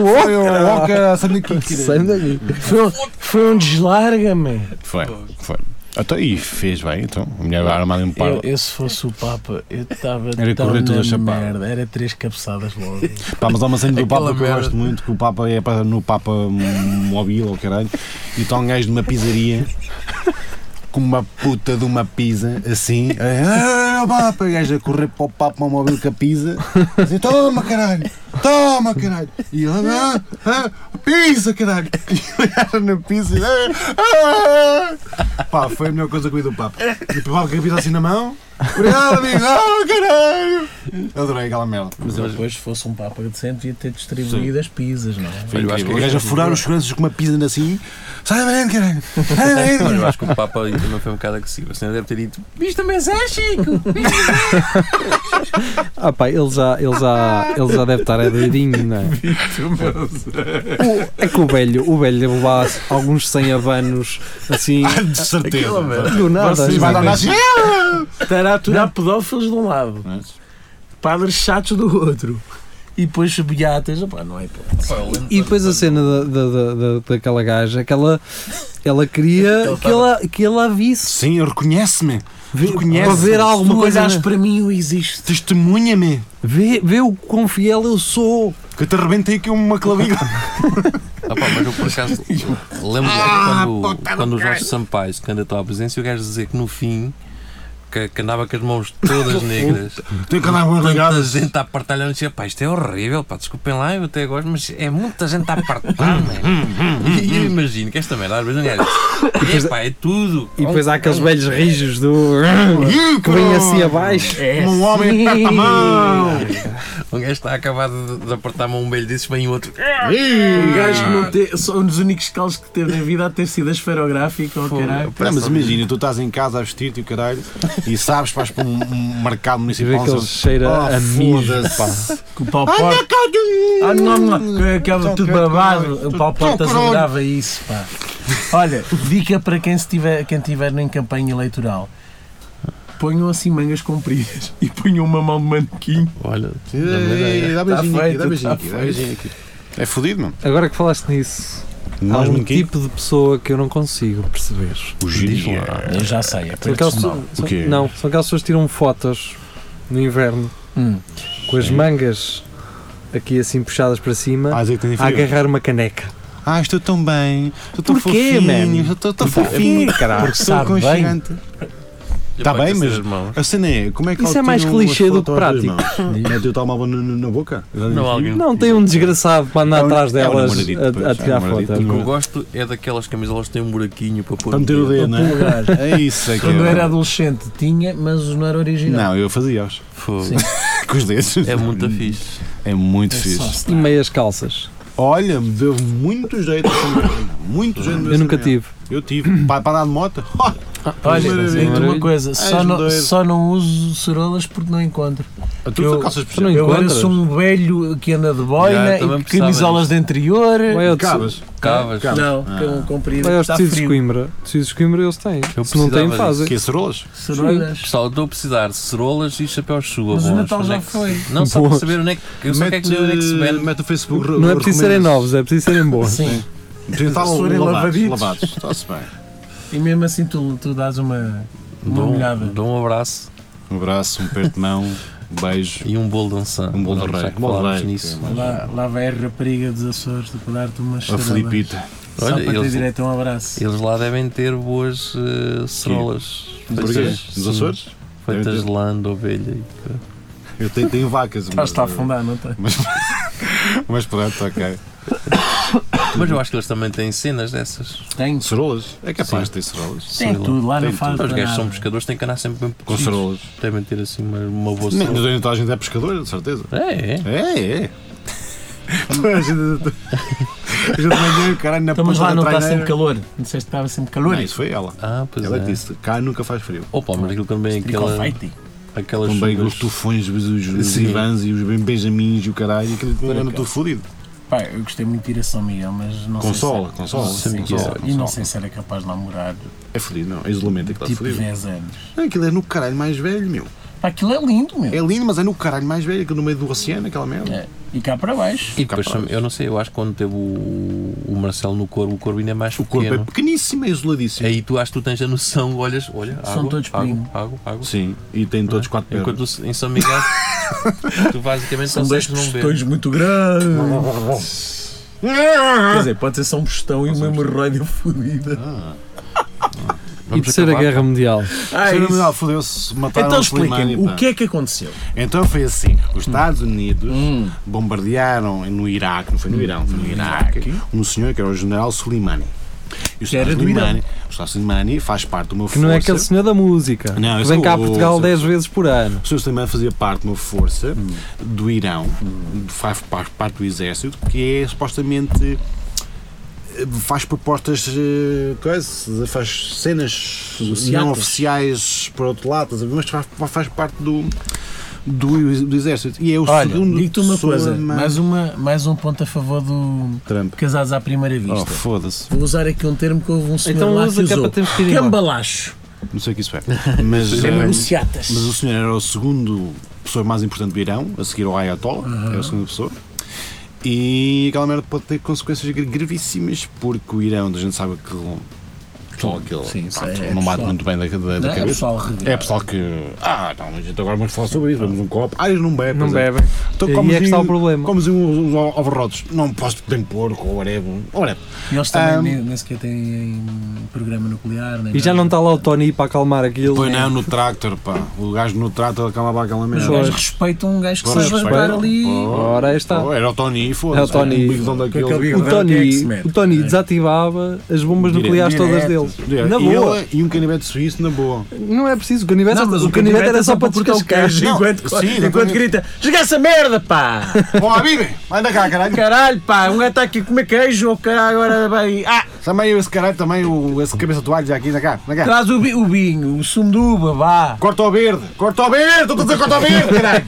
Foi um deslarga-me. Foi. Então, e fez bem, então. A mulher vai armar um par. Eu, se fosse o Papa, eu estava na merda. Era 3 cabeçadas logo. Pá, mas há uma cena do Papa que eu gosto muito, que o Papa é no Papa Móvel, ou caralho, e está um gajo de uma pizzaria com uma puta de uma pizza, assim, o Papa, o gajo a correr para o Papa Móvel com a pizza, assim, toma caralho, toma, caralho. E ele, pizza, caralho. E ele era na pizza e pá, foi a melhor coisa que eu vi do Papa. E o Papa com a pizza assim na mão. Obrigado, amigo. Caralho. Adorei aquela merda. Mas ele depois, se fosse um Papa decente, devia ter distribuído as pizzas, não é? Foi incrível. O gajo a furar os seguranças com uma pizza assim. Sai da frente, caralho. Mas eu acho que o Papa também foi um bocado agressivo. Assim, deve ter dito: isto também é Chico! Pá, ele já deve estar doidinho, não é? É que o velho deve levar alguns 100 abanos assim. De certeza. Do nada. Vai dar assim. Estará a aturar pedófilos de um lado, padres chatos do outro. E depois beatas, não é hipótese. E depois a cena daquela gaja, que ela queria que ele a visse. Sim, reconhece-me. Para ver alguma coisa. Olhas para mim, eu existo. Testemunha-me. Vê o quão fiel eu sou. Que eu te arrebentei aqui uma clavícula. Mas eu por acaso lembro quando o Jorge Sampaio se candidatou à presidência, o gajo dizer que no fim que andava com as mãos todas negras. Tem que andar muita ligadas. gente a apartar-lhe e dizia: pá, isto é horrível, pá, desculpem lá, eu até gosto, mas é muita gente a apartar, E eu imagino que esta merda às vezes não é pá, é tudo. E depois há aqueles velhos rijos que vêm assim abaixo. Um homem aperta a mão. Um gajo está a acabar de apertar a mão um velho desses, vem outro. Um gajo que não tem, são um dos únicos calos que teve na vida a ter sido a esferográfica ou caralho. Não, mas imagina, tu estás em casa a vestir-te e o caralho e sabes, vais para um mercado municipal. Que ele cheira a mijo, pá. Que o Paulo Porta. Aquela tudo babado. O Paulo Porta assegurava isso, pá. Olha, dica para quem estiver em campanha eleitoral: ponham assim mangas compridas e ponham uma mão de manequim. Olha, dá beijinho aqui. É fodido, mano. Agora que falaste nisso, há um tipo de pessoa que eu não consigo perceber. O gíria. Eu já sei, é são aquelas pessoas que tiram fotos no inverno com as mangas aqui assim puxadas para cima a agarrar uma caneca. Estou tão bem, estou tão fofinho, estou tão fofinho, caralho. Porque sabe bem. Está bem, mas a cena é, como é que isso é mais clichê do que prático. Mete o telemóvel na boca? Não, tem um desgraçado para andar atrás delas a tirar foto. O que eu gosto é daquelas camisolas que têm um buraquinho para pôr meter o dedo, não é? É isso. Quando eu era adolescente tinha, mas não era original. Não, eu fazia-os. Com os dedos. É muito fixe. É muito fixe. E meias calças. Olha, me deu muito jeito. Muito jeito. Eu nunca tive. Eu tive. Para andar de moto. Olha, digo-te uma coisa, só não uso cerolas porque não encontro. Eu agora sou um velho que anda de boina e camisolas de interior. Cavas. Não, comprido. Vai aos tecidos de Coimbra. Tecidos de Coimbra eles têm. Se não têm, fazem. Que é cerolas? Pessoal, eu estou a precisar de cerolas e chapéus chuva. Mas o Natal já foi. Não, só para saber onde é que. Eu só quero dizer onde é que se vende. Mete o Facebook. Não é preciso serem novos, é preciso serem bons. Sim. Estavam lavados. Está-se bem. E mesmo assim tu dás uma olhada. Dou um abraço. Um abraço, um aperto de mão, um beijo. E um bolo de ançã. Um bolo de rei. Falámos nisso. Lá vai a rapariga dos Açores para dar-te umas cerolas. A Felipita. Só para ter direito a um abraço. Eles lá devem ter boas cerolas. Nos Açores? Feitas de lã, de ovelha. Eu tenho vacas. Está a afundar, não tem? Mas pronto, ok. Mas eu acho que eles também têm cenas dessas. Tem cerolas? É capaz de ter cerolas. Tem tudo, lá não faz. Os gajos são pescadores, têm que andar sempre bem com cerolas. Devem ter assim uma boa cerola. Nem toda a gente é pescador, de certeza. É. A gente caralho, então, mas lá não está sempre calor. Não disseste que estava sempre calor? Não, isso foi ela. Pois ela disse, cá nunca faz frio. Opa, mas aquilo também é aquelas também os tufões, os Ivans e os Benjamins e o caralho, aquilo anda tudo fodido. Pá, eu gostei muito de ir a São Miguel, mas não sei e não sei se era capaz de namorar. É fodido, não, é isolamento, aquilo tipo fodido. 10 anos. Aquilo é no caralho mais velho, meu. Pá, aquilo é lindo, meu. É lindo, mas é no caralho mais velho, aquilo no meio do oceano, aquela merda. E cá para baixo. E depois, eu não sei, eu acho que quando teve o Marcelo no Corvo, o Corvo ainda é mais pequeno. O Corvo é pequeníssimo, é isoladíssimo. Aí tu acho que tu tens a noção, olha, são todos primos. Água. Sim, e tem todos 4 pernas. Enquanto em São Miguel, tu basicamente são dois postões muito grandes. Quer dizer, pode ser só um postão e uma hemorroida fodida. Vamos Terceira acabar. Guerra Mundial. Terceira Mundial, fodeu-se, mataram Então o Soleimani. expliquem-me, o que é que aconteceu? Então foi assim, os Estados Unidos bombardearam no Iraque, não foi no Irão, foi no Iraque, um senhor que era o general Soleimani. E o era do Irão. O Estado Soleimani faz parte de uma Que força... não é aquele senhor da música. Não, que esse vem cá a o- Portugal o- 10 vezes por ano. O Sr. Soleimani fazia parte de uma força do Irão, faz parte do exército, que é supostamente... faz propostas, faz cenas não oficiais por outro lado, mas faz parte do exército. E é o Olha, segundo. digo-te uma coisa, mais mais um ponto a favor do Trump. Casados à Primeira Vista. Oh, foda-se. Vou usar aqui um termo que houve um senhor Então lá usa que que é usou. para termos que ir embora. Cambalacho. Não sei o que isso é. Mas, É negociatas. mas o senhor era o segundo pessoa mais importante do Irão, a seguir ao Ayatollah, é a segunda pessoa. E aquela merda pode ter consequências gravíssimas, porque o Irão, a gente sabe que pessoal aquele Sim, isso pronto, é não bate pessoal. muito bem da Não, é cabeça. pessoal regrado. É pessoal que. Não, mas então agora vamos falar sobre isso, vamos um copo. Eles não bebem. Não pois é. bebem. Então, E é que está o problema. Como uns overrodos. Não posso ter porco ou whatever. E eles também nem sequer têm programa nuclear. Nem E já nada. não está lá o Tony para acalmar aquilo. Põe não no tractor, pá. O gajo no tractor acalmava aquela Os merda. gajos respeitam um gajo que Pois, sabe respeito. estar ali. Ora, aí está. Era o Tony, foda-se. É o Tony. Um bigodão daquele. Aquele O bigodão. Quem é que se Tony, mete? o Tony É. desativava as bombas Direto, nucleares todas direto. deles. Na boa. Ele e um canivete suíço na boa. Não é preciso. O canivete, Não, mas o canivete era só para cortar o descascar. queijo Não, enquanto, sim, enquanto exatamente. grita: joga essa merda, pá! Ó, Bibi, anda cá, caralho. Caralho, pá, um gajo está aqui a comer queijo, ou caralho, agora vai. Também esse caralho, também esse cabeça de toalha já aqui, anda cá. Traz o vinho, o sumo de uva, vá! Corta o verde, estou a dizer corta o verde, caralho.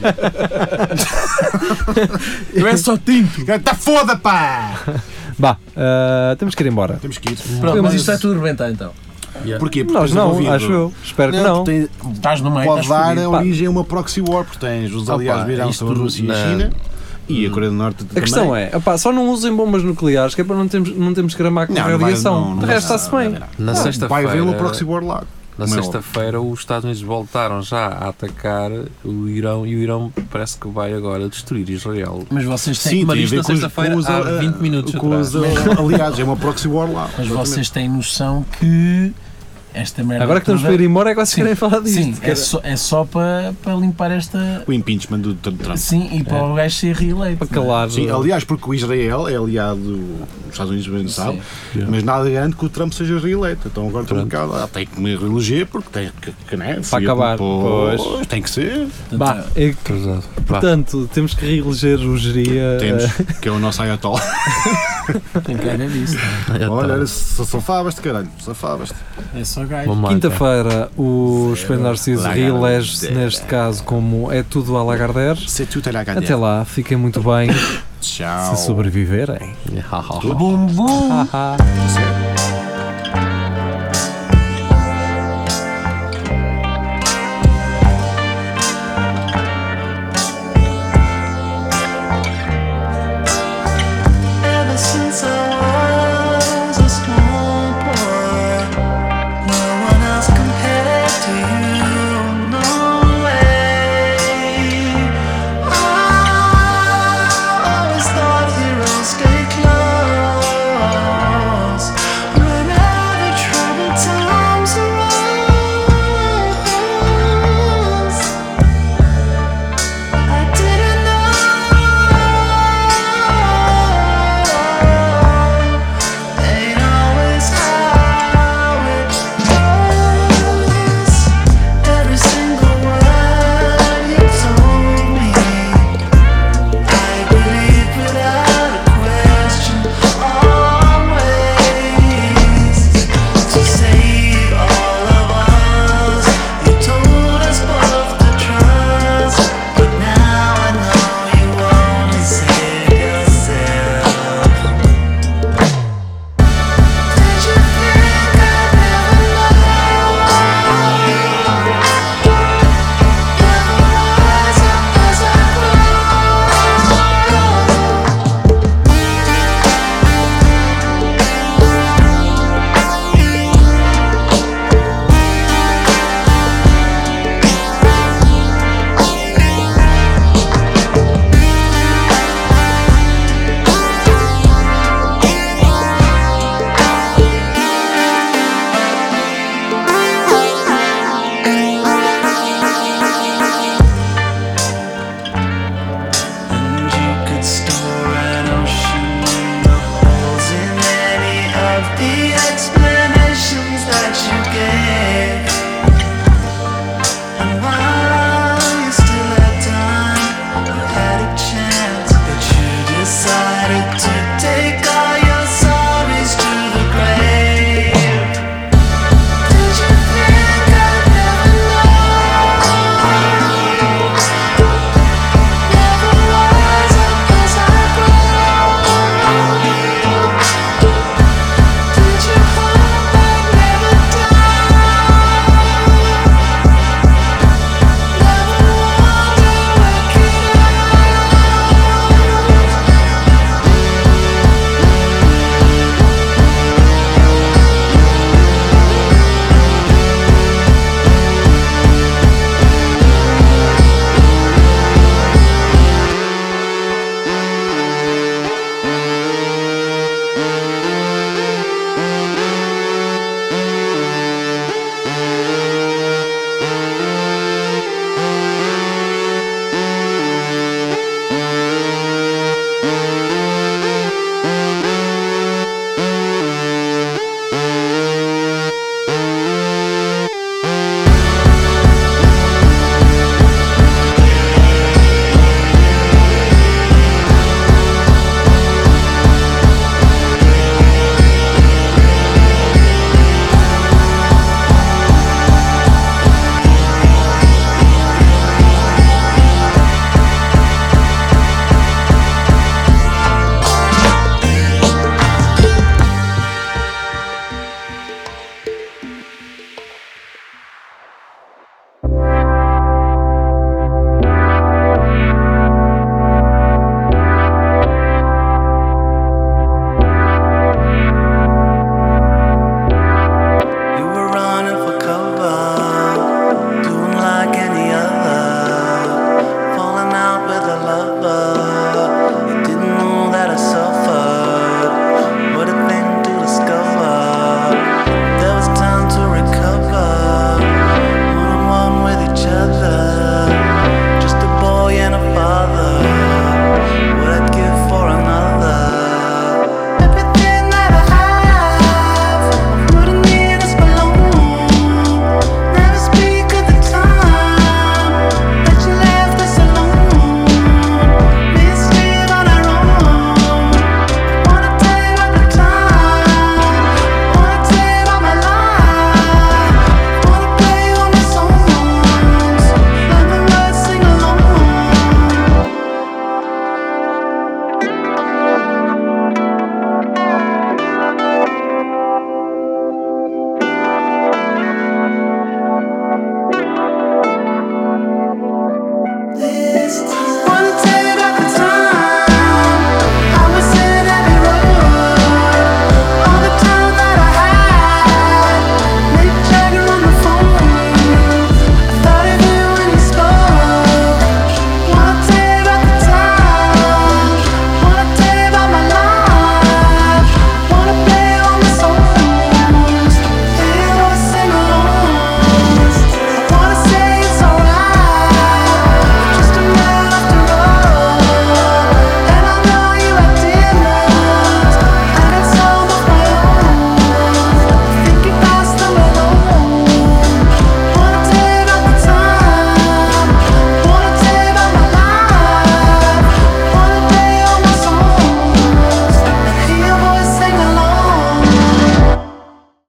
Eu é só tinto! Está foda, pá. Bah, temos que ir embora. Temos que ir. Pronto, mas isto é tudo rebentar então. Porquê? Porque Nós tens não, envolvido- acho eu. Espero que não. Estás no meio, Pode estás dar fodido. a origem a uma proxy war, porque tens os aliados do Irão, são a Rússia e a China, e a Coreia do Norte também. A questão é, opá, só não usem bombas nucleares, que é para não termos que gramar com Não, não vai- radiação. não De vai- resto está-se bem. Na Vai sexta-feira, haver uma proxy war lá. na Como é sexta-feira os Estados Unidos voltaram já a atacar o Irão e o Irão parece que vai agora destruir Israel. Mas vocês têm, Sim, Mas tem a isto ver na com os- sexta-feira, com os, há 20 minutos com os atrás. aliados, é uma proxy war lá. mas vocês têm noção que esta merda. Agora que estamos toda- para ir embora é que vocês Sim, querem falar disto. Sim, é só para limpar esta. O impeachment do Trump. Sim, e para o gajo ser reeleito. Para calar. Sim, aliás, porque o Israel é aliado dos Estados Unidos, bem sabe, Sim. mas nada garante que o Trump seja reeleito. Então agora estão um bocado, tem que me reeleger porque tem que né, Para acabar. Pois, tem que ser. Bah, é que, portanto, temos que reeleger o geria. Temos, que é o nosso Ayatollah. Tem cara disso. Olha, safavas-te, caralho, safavas-te. É só gajo. Vamos lá, Quinta-feira, o Espelho Narciso reelege-se, neste caso, como é tudo a Lagardère. C'est tout à la Até galère. lá, fiquem muito bem, Tchau. se sobreviverem. então. Bum bum! Haha. Certo.